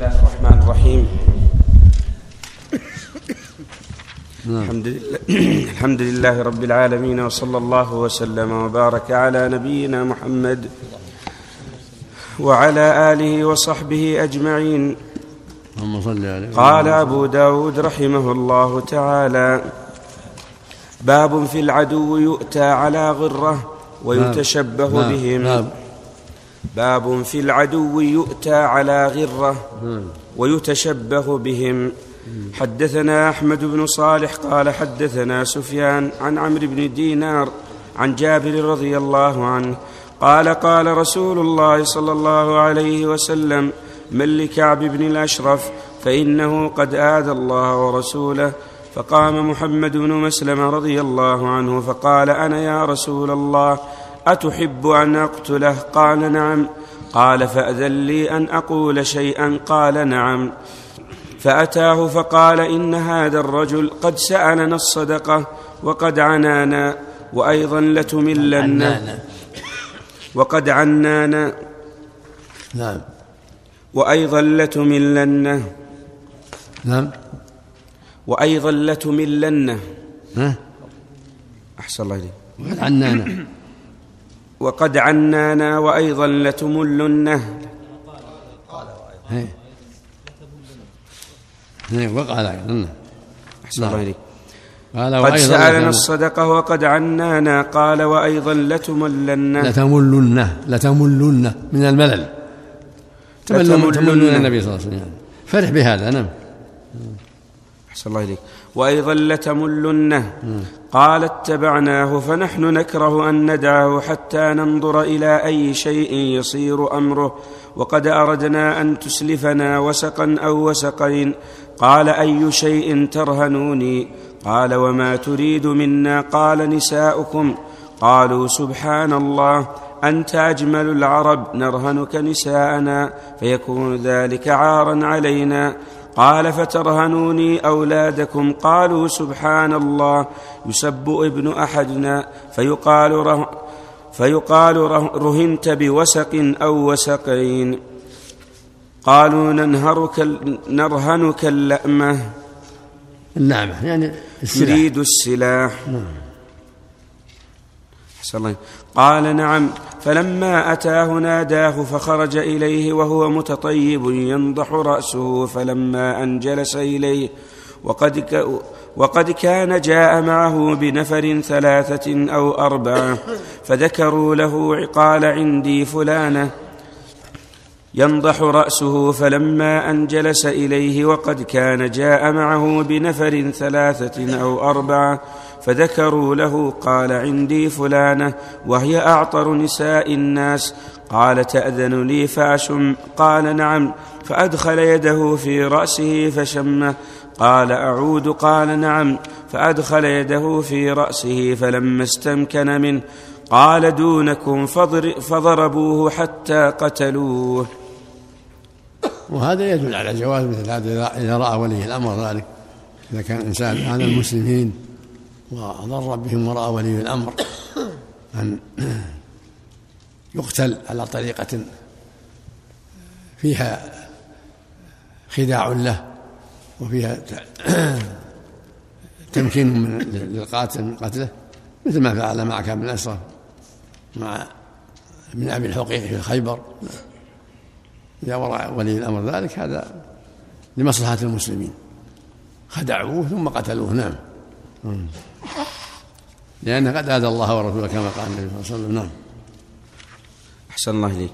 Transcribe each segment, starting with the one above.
الله الرحمن الرحيم. الحمد لله رب العالمين، وصلى الله وسلم وبارك على نبينا محمد وعلى آله وصحبه أجمعين. قال أبو داود رحمه الله تعالى: باب في العدو يؤتى على غرة ويتشبه بهم. باب في العدو يؤتى على غرة ويتشبه بهم. حدثنا أحمد بن صالح قال حدثنا سفيان عن عمرو بن دينار عن جابر رضي الله عنه قال: قال رسول الله صلى الله عليه وسلم: من لكعب بن الأشرف فإنه قد آذى الله ورسوله. فقام محمد بن مسلمة رضي الله عنه فقال: أنا يا رسول الله، أتحب أن أقتله؟ قال: نعم. قال: فأذن لي أن أقول شيئا؟ قال: نعم. فأتاه فقال: إن هذا الرجل قد سألنا الصدقة وقد عنانا، وأيضا لتملن وقد عنانا، نعم، وأيضا لتملن، نعم، وأيضا لتملن. أحسن الله إليك. وقد عنانا، وقد عنانا، وأيضا لتملنه. وقال أيضا. أحسن الله إليك. قد سألنا الصدقة وقد عنانا. قال: وأيضا لتملن. لتملن من الملل، تملون النبي صلى الله عليه وسلم، فرح بهذا. نعم. أحسن الله إليك. وأيضا لتملنه. قال: اتبعناه فنحن نكره أن ندعه حتى ننظر إلى أي شيء يصير أمره، وقد أردنا أن تسلفنا وسقا أو وسقين. قال: أي شيء ترهنوني؟ قال: وما تريد منا؟ قال: نساؤكم. قالوا: سبحان الله، أنت أجمل العرب، نرهنك نساءنا فيكون ذلك عارا علينا. قال: فترهنوني أولادكم؟ قالوا: سبحان الله، يسب ابن أحدنا فيقال رهنت بوسق أو وسقين. قالوا: نرهنك اللأمة يعني السلاح. يريد السلاح. قال: نعم. فلما أتاه ناداه فخرج إليه وهو متطيب ينضح رأسه، فلما أن جلس إليه وقد كان جاء معه بنفر 3 أو 4 فذكروا له: قال: عندي فلانة ينضح رأسه. فلما أن جلس إليه وقد كان جاء معه بنفر 3 أو 4 فذكروا له: قال: عندي فلانة وهي أعطر نساء الناس. قال: تأذن لي فأشم؟ قال: نعم. فأدخل يده في رأسه فشمه. قال: أعود؟ قال: نعم. فأدخل يده في رأسه فلما استمكن منه قال: دونكم، فضربوه حتى قتلوه. وهذا يدل على جواز مثل هذا إذا رأى ولي الأمر ذلك، إذا كان إنسان عن المسلمين وضر بهم ورأى ولي الأمر أن يقتل على طريقة فيها خداع له وفيها تمكين للقاتل من قتله، مثل ما فعل مع كعب بن الأشرف مع ابن أبي الحقيق في خيبر. إذا ورأى ولي الأمر ذلك هذا لمصلحة المسلمين، خدعوه ثم قتلوه. نعم، لأنه قد آذى الله ورسوله كما قال النبي صلى الله عليه وسلم. نعم. أحسن الله إليك.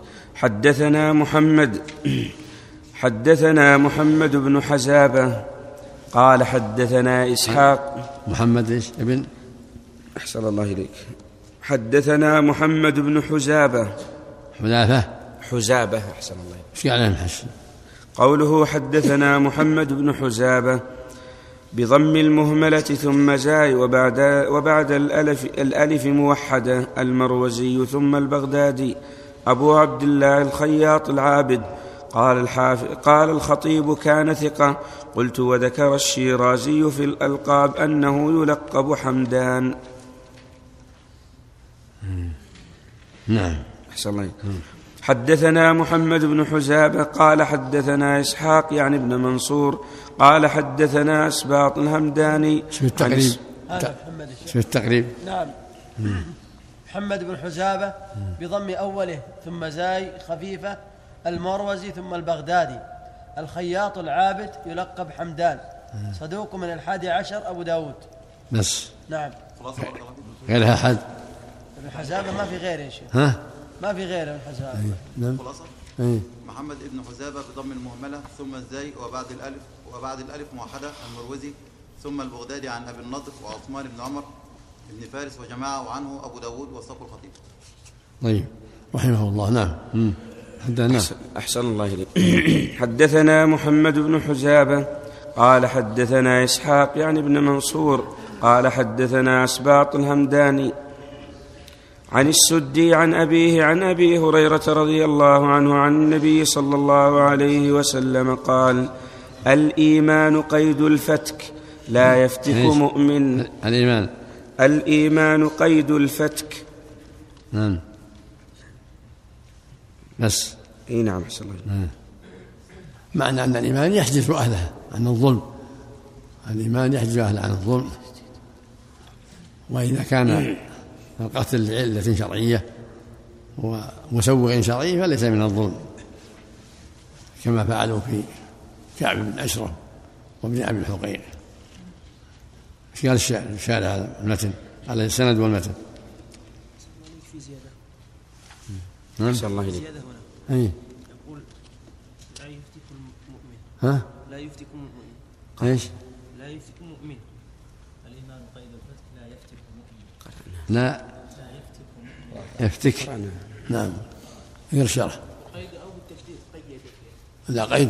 حدثنا محمد بن حزابة قال حدثنا إسحاق. محمد إيش ابن؟ أحسن الله إليك. حدثنا محمد بن حزابة. حزابة. أحسن الله إليك. إيش قال الحسن؟ قوله حدثنا محمد بن حزابة بضم المهملة ثم زاي وبعد الألف موحدة، المروزي ثم البغدادي أبو عبد الله الخياط العابد. قال الخطيب: كان ثقة. قلت: وذكر الشيرازي في الألقاب أنه يلقب حمدان. نعم. أحسن الله. حدثنا محمد بن حزابة قال حدثنا إسحاق يعني بن منصور قال حدثنا أسباط الهمداني. اسم التقريب. اسم التقريب. نعم. محمد بن حزابة بضم أوله ثم زاي خفيفة، المروزي ثم البغدادي، الخياط العابد، يلقب حمدان، صدوق من 11 أبو داود. بس. نعم. غيرها حد. ابن حزابة ما في غيره يا شيخ. ما في غيره ابن حزابة. نعم. محمد ابن حزابة بضم المهملة ثم الزاي وبعد الألف موحدة، المروزي ثم البغدادي عن أبي النضر وعثمان بن عمر ابن فارس وجماعة، وعنه أبو داود وصف الخطيب. طيب رحمه الله. نعم. أحسن الله إليك. حدثنا محمد بن حزابة قال حدثنا إسحاق يعني بن منصور قال حدثنا أسباط الهمداني عن السدي عن أبيه عن أبي هريرة رضي الله عنه عن النبي صلى الله عليه وسلم قال: الإيمان قيد الفتك لا يفتك مؤمن. الإيمان قيد الفتك. نعم. بس. نعم. أحسن الله. معنى أن الإيمان يحجز أهله عن الظلم. الإيمان يحجز أهله عن الظلم، وإذا كان القتل لعلة شرعية ومسوغ شرعي فليس من الظلم، كما فعلوا في كعب بن أشرف وابن أبي الحقيق. ايش قال الشارع هذا المتن على السند والمتن؟ في زيادة. أحسن الله إليك. زيادة هنا. يقول لا يفتك المؤمن. لا يفتك المؤمن. ايش؟ لا يفتك المؤمن. الإيمان قيد الفتك لا يفتك المؤمن. لا يفتك. نعم. غير الشرح. قيد أو بالتشديد قيد. لا قيد.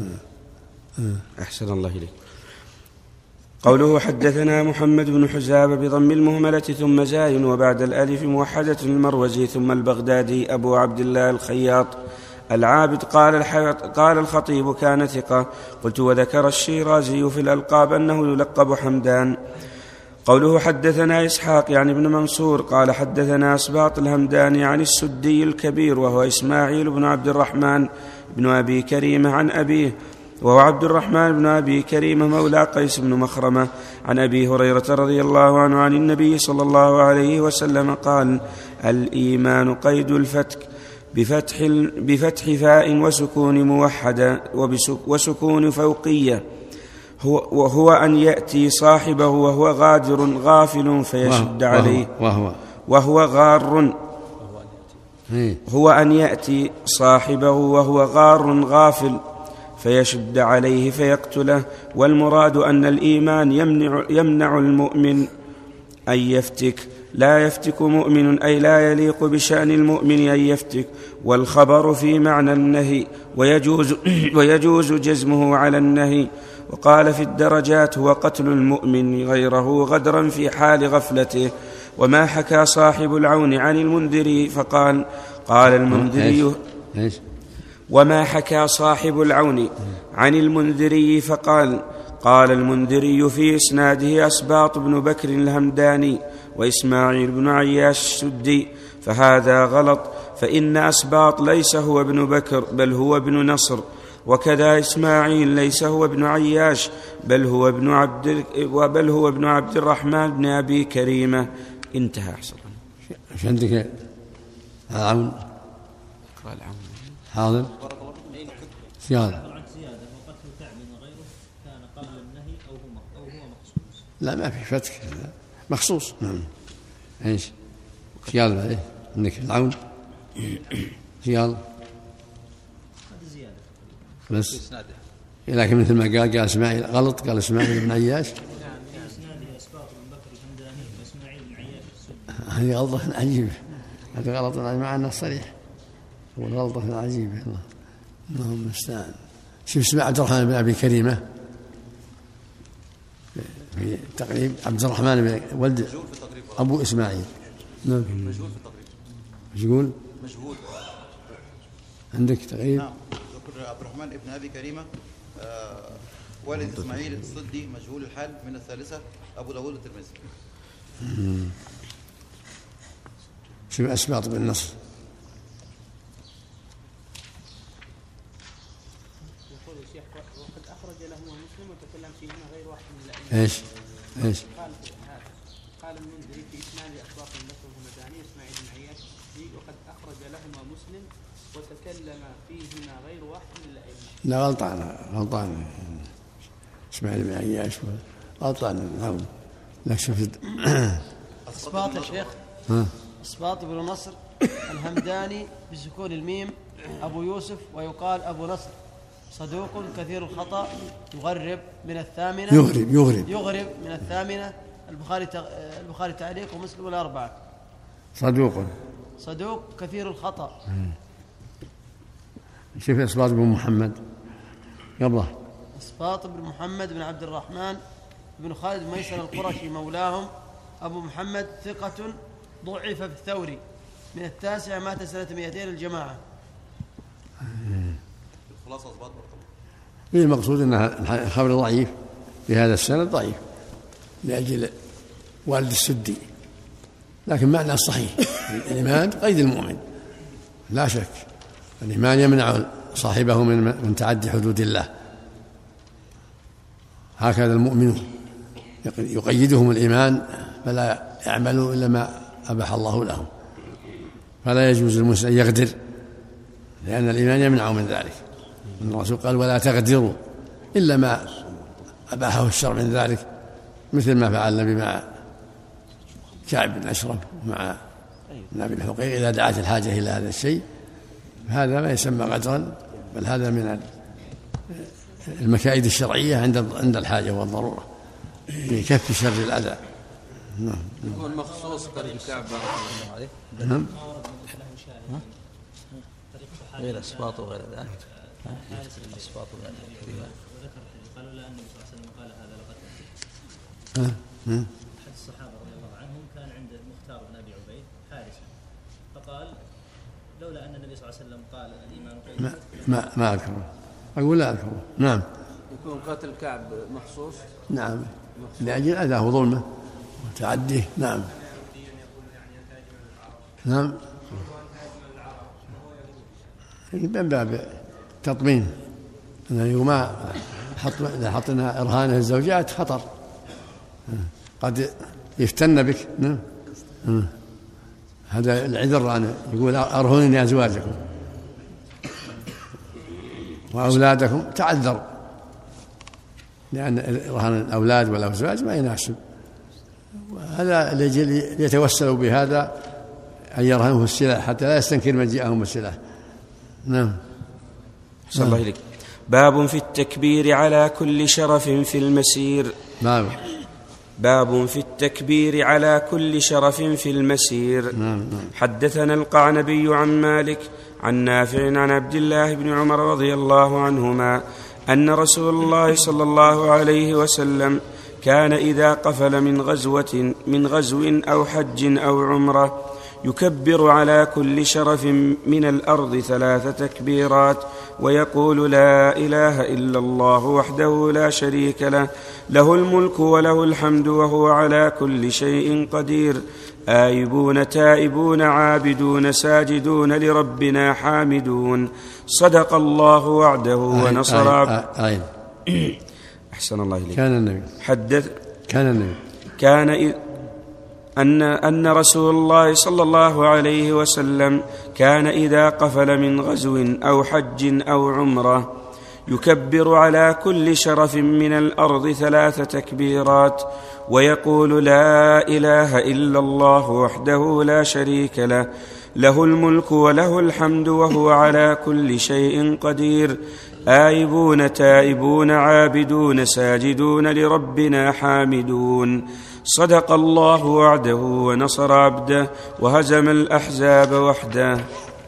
أحسن الله إليك. قوله حدثنا محمد بن حزابة بضم المهملة ثم زاي وبعد الألف موحدة، المروزي ثم البغدادي أبو عبد الله الخياط العابد. قال الخطيب كان ثقة. قلت: وذكر الشيرازي في الألقاب أنه يلقب حمدان. قوله حدثنا إسحاق يعني بن منصور قال حدثنا أسباط الهمداني عن السدي الكبير وهو إسماعيل بن عبد الرحمن بن أبي كريمة عن أبيه، وهو عبد الرحمن بن أبي كريمة مولى قيس بن مخرمة، عن أبي هريرة رضي الله عنه عن النبي صلى الله عليه وسلم قال: الإيمان قيد الفتك بفتح فاء وسكون موحدة وسكون فوقية، وهو أن يأتي صاحبه وهو غادر غافل فيشد عليه. وهو غار. هو أن يأتي صاحبه وهو غار غافل فيشد عليه فيقتله. والمراد أن الإيمان يمنع المؤمن أن يفتك. لا يفتك مؤمن أي لا يليق بشأن المؤمن أن يفتك، والخبر في معنى النهي، ويجوز جزمه على النهي. وقال في الدرجات: هو قتل المؤمن غيره غدرا في حال غفلته. وما حكى صاحب العون عن المنذري فقال قال المنذري وما حكى صاحب العون عن المنذري فقال قال المنذري في إسناده أسباط بن بكر الهمداني وإسماعيل بن عياش السدي، فهذا غلط، فإن أسباط ليس هو ابن بكر بل هو ابن نصر، وكذا إسماعيل ليس هو ابن عياش بل هو ابن عبد الرحمن بن أبي كريمة. انتهى. أحسن. ايش عندك العون؟ حاضر. زيادة. لا ما في فتك مخصوص. نعم. ايش زيادة عليه عندك العون زيادة بس، لكن مثل ما قال اسماعيل غلط، قال اسماعيل بن عياش. هذه غلطة عجيبة، هذه غلطة مع أنها صريح، والغلطة عجيبة. اللهم المستعان. شوف اسمه عبد الرحمن بن أبي كريمة في تقريب، عبد الرحمن بن ولد أبو إسماعيل. نعم. مجهول في التقريب. ايش يقول؟ مجهول. عندك تقريب؟ نعم. ذكر عبد الرحمن بن أبي كريمة والد إسماعيل الصدي مجهول الحال من الثالثة، أبو داود الترمذي. شوف أسباط بن نصر يقول الشيخ وقد أخرج له مسلم وتكلم فيهما غير واحد من الأئمة. إيش؟ قال المنذري في إسناد أسواق البصر الهمداني إسماعيل بن عياش وقد أخرج لهما مسلم وتكلم فيهما غير واحد من الأئمة. لا غلطان إسماعيل بن عياش غلطان. نعم لا شفت أسباط يا شيخ. أسباط بن نصر الهمداني بسكون الميم أبو يوسف ويقال أبو نصر، صدوق كثير الخطأ، يغرب من الثامنة، يغرب من الثامنة، البخاري تعليق ومسلم الأربعة. صدوق كثير الخطأ. شوف أسباط بن محمد يلا. أسباط بن محمد بن عبد الرحمن بن خالد بن ميسر القرشي مولاهم أبو محمد ثقة ضعف في الثوري من التاسع مات سنة 200 الجماعة. الخلاصة أسباط المقصود أن الخبر ضعيف في هذا السند ضعيف لأجل والد السدي، لكن معنى صحيح. الإيمان قيد المؤمن لا شك، الإيمان يمنع صاحبه من تعدي حدود الله، هكذا المؤمنون يقيدهم الإيمان فلا يعملوا إلا ما أباح الله لهم، فلا يجوز للمسلم أن يغدر لأن الإيمان يمنع من ذلك. الرسول قال ولا تغدروا إلا ما أباحه الشرع من ذلك، مثل ما فعل النبي مع كعب بن أشرف مع ابن الحقيق إذا دعت الحاجة إلى هذا الشيء، هذا ما يسمى غدرا، بل هذا من المكائد الشرعية عند الحاجة والضرورة لكف شر الأذى. نعم. يكون مخصوص طريق كعب بارك الله عليه. نعم. غير أسباط وغير ذلك. أسباط وغير ذلك. قالوا لا النبي صلى الله عليه وسلم قال هذا لقد أحد الصحابة رضي الله عنهم كان عند المختار بن أبي عبيد حارسا، فقال لولا أن النبي صلى الله عليه وسلم قال الإيمان قيد ما أذكره، أقول لا أذكره. نعم. يكون قتل كعب مخصوص. نعم لأجل أذاه وظلمه وتعديه. نعم. نعم من باب تطمين أنه ما إذا حطنا إرهانه الزوجات خطر، قد يفتن بك. هذا العذر أنا يقول أرهوني أزواجكم وأولادكم، تعذر لأن رهان الأولاد والأزواج ما يناسب، وهذا لأجل يتوسلوا بهذا أن يرهنوا السلاح حتى لا يستنكر من جاءهم السلاح. نعم. صلى الله عليك. باب في التكبير على كل شرف في المسير. باب في التكبير على كل شرف في المسير. حدثنا القعنبي عن مالك عن نافع عن عبد الله بن عمر رضي الله عنهما أن رسول الله صلى الله عليه وسلم كان إذا قفل من غزو أو حج أو عمرة يكبر على كل شرف من الأرض 3 تكبيرات ويقول لا إله إلا الله وحده لا شريك له، له الملك وله الحمد وهو على كل شيء قدير، آيبون تائبون عابدون ساجدون لربنا حامدون، صدق الله وعده ونصر عبده. أحسن الله إليك. كان أن رسول الله صلى الله عليه وسلم كان إذا قفل من غزو أو حج أو عمرة يكبر على كل شرف من الأرض 3 تكبيرات ويقول لا إله إلا الله وحده لا شريك له، له الملك وله الحمد وهو على كل شيء قدير، آيبون تائبون عابدون ساجدون لربنا حامدون، صدق الله وعده ونصر عبده وهزم الأحزاب وحده.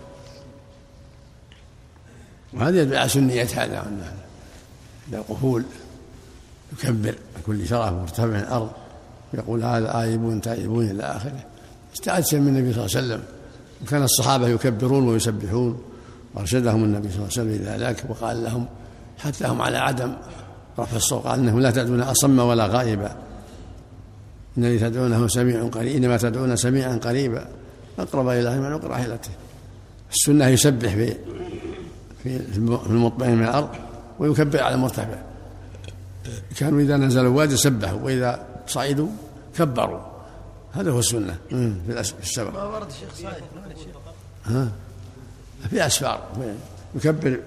وهذا يدعى سنية هذا القفول يكبر كل شرف مرتفع من الأرض يقول هذا آيبون تائبون إلى آخره، استعد من النبي صلى الله عليه وسلم، وكان الصحابة يكبرون ويسبحون وارشدهم النبي صلى الله عليه وسلم إلى ذلك، وقال لهم حتى هم على عدم رفع الصوت قال إنهم لا تدعون أصم ولا غائبا إنني تدعونه سميع قريب، إنما تدعون سميعا قريبا أقرب إليه من أقرب راحلته. السنة يسبح في المطمئن من الأرض ويكبر على المرتفع. كانوا إذا نزلوا وادي سبحوا وإذا صعدوا كبروا. هذا هو السنة في السبق. ما ورد الشيخ صايد في أسفار يكبر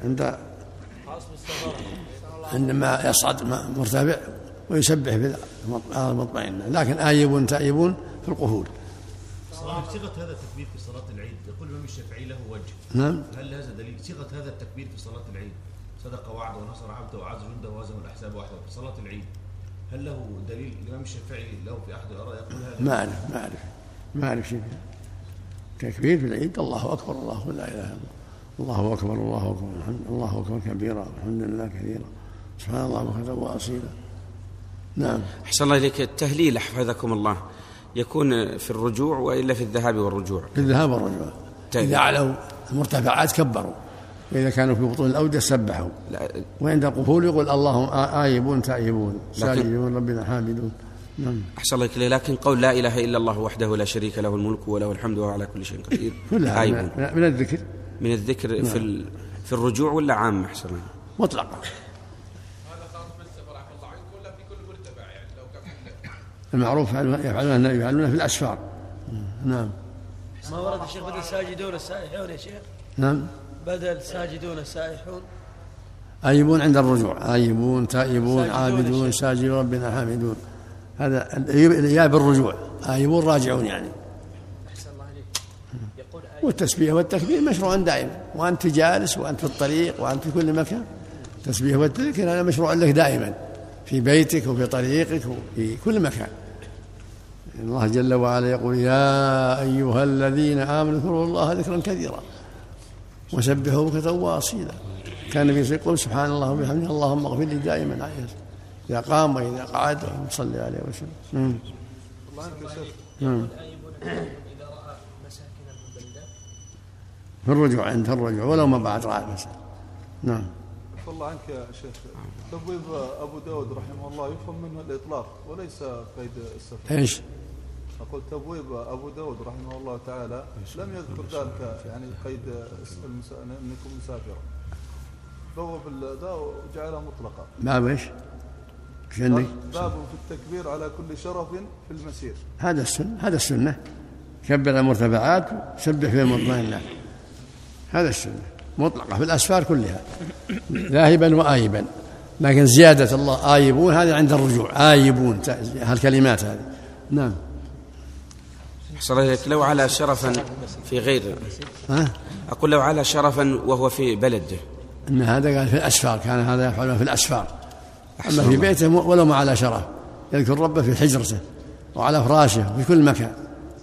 عندما يصعد مرتفع ويسبح في المطمئنة، لكن آيبون تائبون في القفول. صيغة هذا التكبير في صلاة العيد يقول الإمام الشافعي له وجه. نعم. هل هذا دليل؟ صيغة هذا التكبير في صلاة العيد صدق وعد ونصر عبده وعز جنده وهزم الأحزاب وحده في صلاة العيد، هل له دليل؟ الإمام الشافعي له في أحد الآراء يقول هذا؟ ما أعرف شيء. تكبير في العيد الله أكبر الله لا إله إلا الله أكبر الله أكبر الله أكبر كبيرا والحمد لله كثيرا سبحان الله بكرة وأصيلا. نعم. أحسن الله إليك. التهليل حفظكم الله يكون في الرجوع وإلا في الذهاب والرجوع؟ في الذهاب والرجوع. إذا علوا المرتفعات كبروا، وإذا كانوا في بطون الأودية سبحوا، وعند القفول يقول اللهم آيبون تائبون ساجدون ربنا حامدون. نعم. أحسن الله إليك. لكن قول لا إله إلا الله وحده لا شريك له الملك وله الحمد وهو على كل شيء قدير كلها من الذكر. من الذكر. نعم. في الرجوع ولا عام؟ أحسن الله مطلقا. هذا خاص بالسفر عفوا الله عنك ولا في كل مرتفع يعني لو كان المعروف يفعلونه في الأسفار. نعم. ما ورد الشيخ بدل ساجدون السائحون يا شيخ؟ نعم. بدل ساجدون السائحون آيبون عند الرجوع، آيبون تائبون عابدون ساجدون ربنا حامدون. هذا الإياب بالرجوع، آيبون راجعون يعني. أحسن الله عليك. يقول والتسبيح والتكبير مشروع دائما، وأنت جالس وأنت في الطريق وأنت في كل مكان. التسبيح والتذكير هذا مشروع لك دائما في بيتك وفي طريقك وفي كل مكان. الله جل وعلا يقول يا أيها الذين آمنوا اذكروا الله ذكرا كثيرا وسبحوا بكرة وأصيلا. كان النبي يقول سبحان الله وبحمده اللهم اغفر لي دائما إذا قام وإذا قعد وصلي عليه وسلم. الله عنك يا شيخ. إذا رأى مساكن البلدة في الرجوع عند الرجوع ولو ما بعد رأى مساكن. نعم. الله عنك يا شيخ. تبويب أبو داود رحمه الله يفهم منه الإطلاق وليس قيد السفر. إيش؟ أقول تبويب أبو داود رحمه الله تعالى لم يذكر ذلك يعني قيد أن يكون مسافرا، بوب ذا وجعله مطلقا. باب إيش؟ باب في التكبير على كل شرف في المسير. هذا السنة كبر المرتفعات سبح في المطمئنة. هذا السنة مطلقة في الأسفار كلها ذاهبا وآيبا، لكن زيادة الله آيبون هذا عند الرجوع. آيبون هالكلمات هذه. نعم. أحسن الله إليك. لو على شرفا في غير أقول لو على شرفا وهو في بلده إن هذا قال في الأسفار، كان هذا يفعله في الأسفار. أما في بيته ولو ما على شرف يذكر ربه في حجرته وعلى فراشه في كل مكان.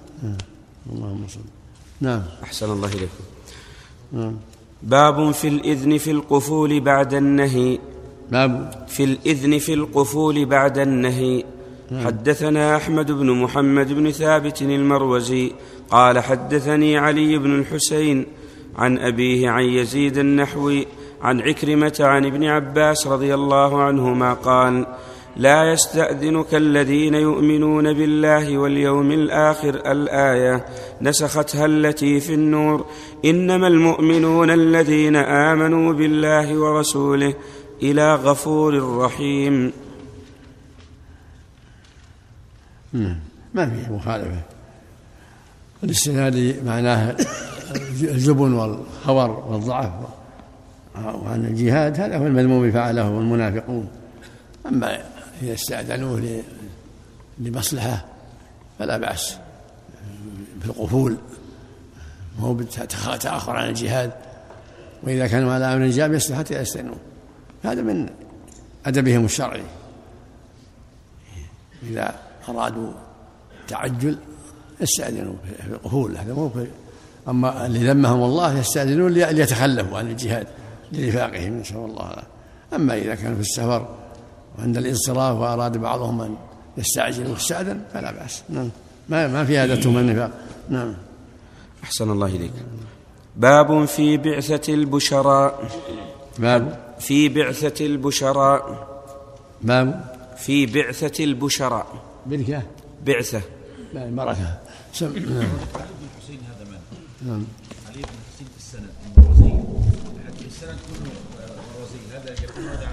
اللهم صل. نعم. أحسن الله إليكم. باب في الإذن في القفول بعد النهي. باب في الإذن في القفول بعد النهي. حدثنا أحمد بن محمد بن ثابت المروزي قال حدثني علي بن الحسين عن أبيه عن يزيد النحوي عن عكرمة عن ابن عباس رضي الله عنهما قال لا يستأذنك الذين يؤمنون بالله واليوم الآخر الآية نسختها التي في النور إنما المؤمنون الذين آمنوا بالله ورسوله إلى غفور رحيم. ما فيه مخالفة. الاستناد معناه الجبن والخور والضعف، وعن الجهاد هذا هو المذموم فعله المنافقون. أما إذا استأذنوه لمصلحة فلا بأس في القفول، وهو تأخر عن الجهاد. وإذا كانوا على أمر جاب يصلح حتى يستأذنوه، هذا من أدبهم الشرعي. إذا أرادوا تعجل يستأذنوا في القفول، هذا مو. أما اللي ذمهم الله يستأذنون ليتخلفوا عن الجهاد لرفاقهم نسأل الله العافية. أما إذا كانوا في السفر وعند الانصراف وأراد بعضهم أن يستعجل ويستأذن فلا بأس. نعم. ما في هذا تهم النفاق. نعم. أحسن الله إليك. باب في بعثة البشراء. باب في بعثة البشراء. باب في بعثة البشراء. بركة بعثة بركة. علي بن الحسين هذا من؟ نعم. علي بن الحسين في السند المروزي، السند كله مروزي، هذا يكون هذا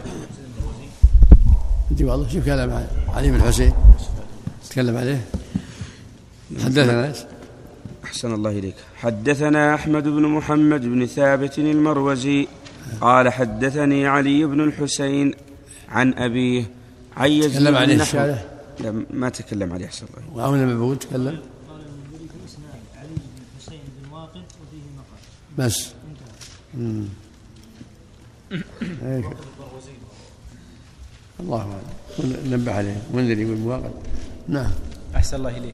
دي والله شوف كلام علي بن الحسين تكلم عليه. حدثنا أحسن الله إليك. حدثنا أحمد بن محمد بن ثابت المروزي قال حدثني علي بن الحسين عن أبيه عن يزيد تكلم عليه الشارح؟ لا ما تكلم عليه أحسن الله. وعون المبعوث تكلم؟ قال المنذري في إسناد علي بن الحسين بن واقد وفيه مقال بس. الله أعلم نبه عليه منذري بن واقد. نعم. أحسن الله إليك.